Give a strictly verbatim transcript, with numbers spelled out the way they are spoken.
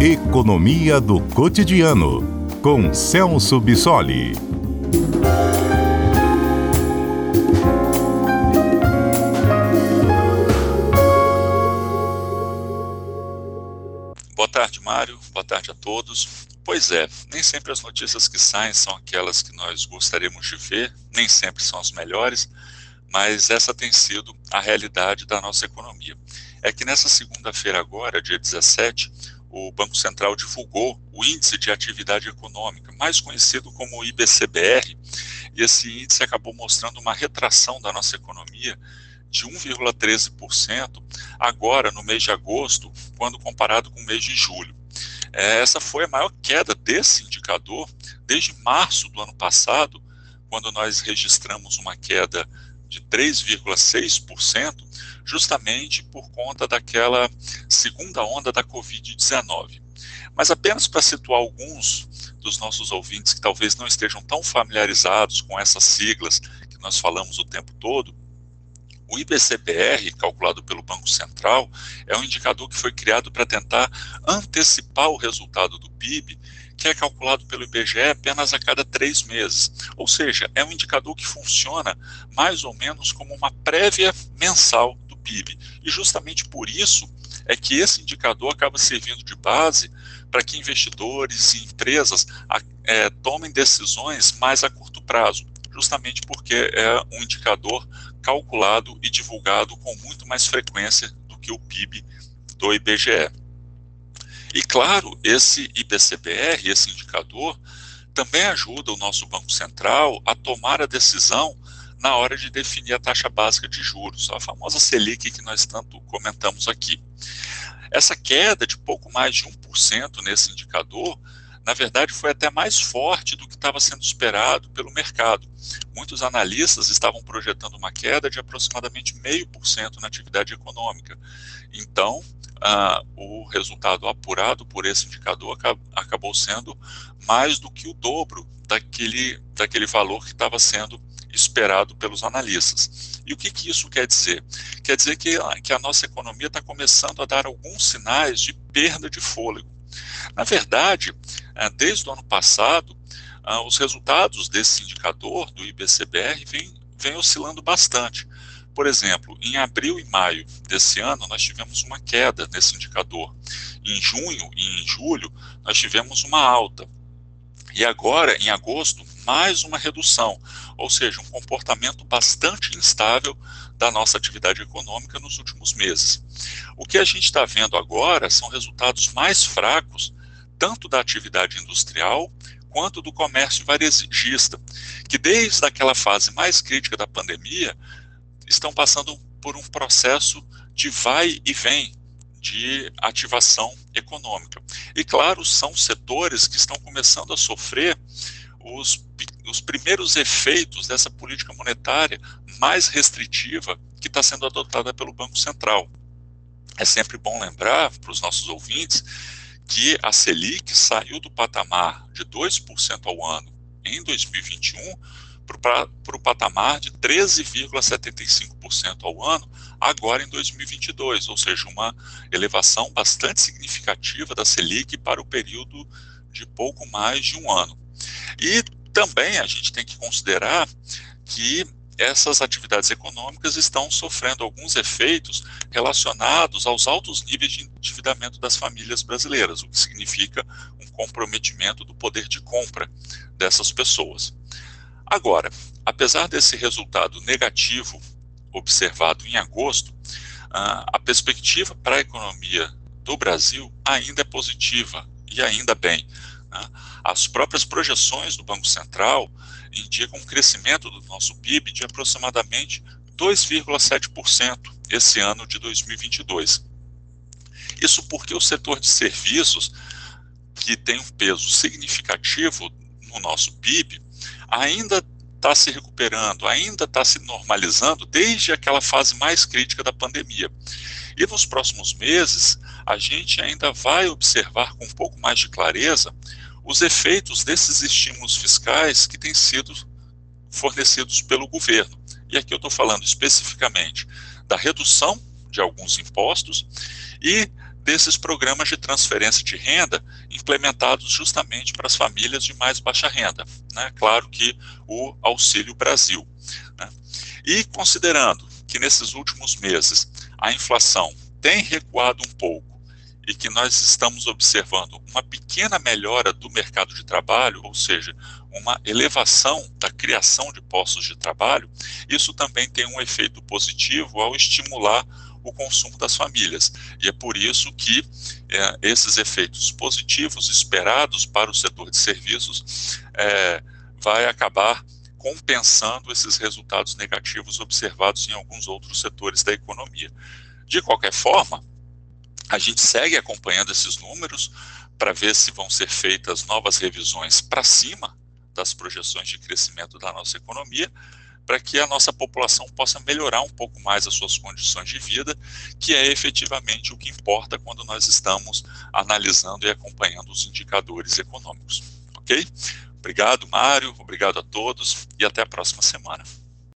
Economia do Cotidiano, com Celso Bissoli. Boa tarde, Mário. Boa tarde a todos. Pois é, nem sempre as notícias que saem são aquelas que nós gostaríamos de ver, nem sempre são as melhores, mas essa tem sido a realidade da nossa economia. É que nessa segunda-feira agora, dia dezessete, o Banco Central divulgou o Índice de Atividade Econômica, mais conhecido como I B C B R, e esse índice acabou mostrando uma retração da nossa economia de um vírgula treze por cento agora no mês de agosto, quando comparado com o mês de julho. É, essa foi a maior queda desse indicador desde março do ano passado, quando nós registramos uma queda de três vírgula seis por cento, justamente por conta daquela segunda onda da covid dezenove. Mas apenas para situar alguns dos nossos ouvintes que talvez não estejam tão familiarizados com essas siglas que nós falamos o tempo todo, o I B C B R, calculado pelo Banco Central, é um indicador que foi criado para tentar antecipar o resultado do P I B, que é calculado pelo I B G E apenas a cada três meses. Ou seja, é um indicador que funciona mais ou menos como uma prévia mensal do P I B. E justamente por isso é que esse indicador acaba servindo de base para que investidores e empresas é, tomem decisões mais a curto prazo, justamente porque é um indicador calculado e divulgado com muito mais frequência do que o P I B do I B G E. E claro, esse I B C B R, esse indicador, também ajuda o nosso Banco Central a tomar a decisão na hora de definir a taxa básica de juros, a famosa Selic que nós tanto comentamos aqui. Essa queda de pouco mais de um por cento nesse indicador, na verdade, foi até mais forte do que estava sendo esperado pelo mercado. Muitos analistas estavam projetando uma queda de aproximadamente zero vírgula cinco por cento na atividade econômica. Então, ah, o resultado apurado por esse indicador acab- acabou sendo mais do que o dobro daquele, daquele valor que estava sendo esperado pelos analistas. E o que, que isso quer dizer? Quer dizer que, que a nossa economia está começando a dar alguns sinais de perda de fôlego. Na verdade, desde o ano passado, os resultados desse indicador do I B C B R vêm, vêm oscilando bastante. Por exemplo, em abril e maio desse ano, nós tivemos uma queda nesse indicador. Em junho e em julho, nós tivemos uma alta. E agora, em agosto, mais uma redução, ou seja, um comportamento bastante instável da nossa atividade econômica nos últimos meses. O que a gente está vendo agora são resultados mais fracos, tanto da atividade industrial quanto do comércio varejista, que desde aquela fase mais crítica da pandemia, estão passando por um processo de vai e vem de ativação econômica. E claro, são setores que estão começando a sofrer os, os primeiros efeitos dessa política monetária mais restritiva que está sendo adotada pelo Banco Central. É sempre bom lembrar para os nossos ouvintes que a Selic saiu do patamar de dois por cento ao ano em dois mil e vinte e um para o patamar de treze vírgula setenta e cinco por cento ao ano agora em dois mil e vinte e dois, ou seja, uma elevação bastante significativa da Selic para o período de pouco mais de um ano. E também a gente tem que considerar que essas atividades econômicas estão sofrendo alguns efeitos relacionados aos altos níveis de endividamento das famílias brasileiras, o que significa um comprometimento do poder de compra dessas pessoas. Agora, apesar desse resultado negativo observado em agosto, a perspectiva para a economia do Brasil ainda é positiva, e ainda bem. As próprias projeções do Banco Central indicam um crescimento do nosso P I B de aproximadamente dois vírgula sete por cento esse ano de dois mil e vinte e dois. Isso porque o setor de serviços, que tem um peso significativo no nosso P I B, ainda está se recuperando, ainda está se normalizando desde aquela fase mais crítica da pandemia. E nos próximos meses, a gente ainda vai observar com um pouco mais de clareza os efeitos desses estímulos fiscais que têm sido fornecidos pelo governo. E aqui eu estou falando especificamente da redução de alguns impostos e desses programas de transferência de renda implementados justamente para as famílias de mais baixa renda, né? Claro que o Auxílio Brasil, né? E considerando que nesses últimos meses a inflação tem recuado um pouco e que nós estamos observando uma pequena melhora do mercado de trabalho, ou seja, uma elevação da criação de postos de trabalho, isso também tem um efeito positivo ao estimular o consumo das famílias. E é por isso que é, esses efeitos positivos esperados para o setor de serviços é, vai acabar compensando esses resultados negativos observados em alguns outros setores da economia. De qualquer forma, a gente segue acompanhando esses números para ver se vão ser feitas novas revisões para cima das projeções de crescimento da nossa economia, para que a nossa população possa melhorar um pouco mais as suas condições de vida, que é efetivamente o que importa quando nós estamos analisando e acompanhando os indicadores econômicos. Ok? Obrigado, Mário, obrigado a todos e até a próxima semana.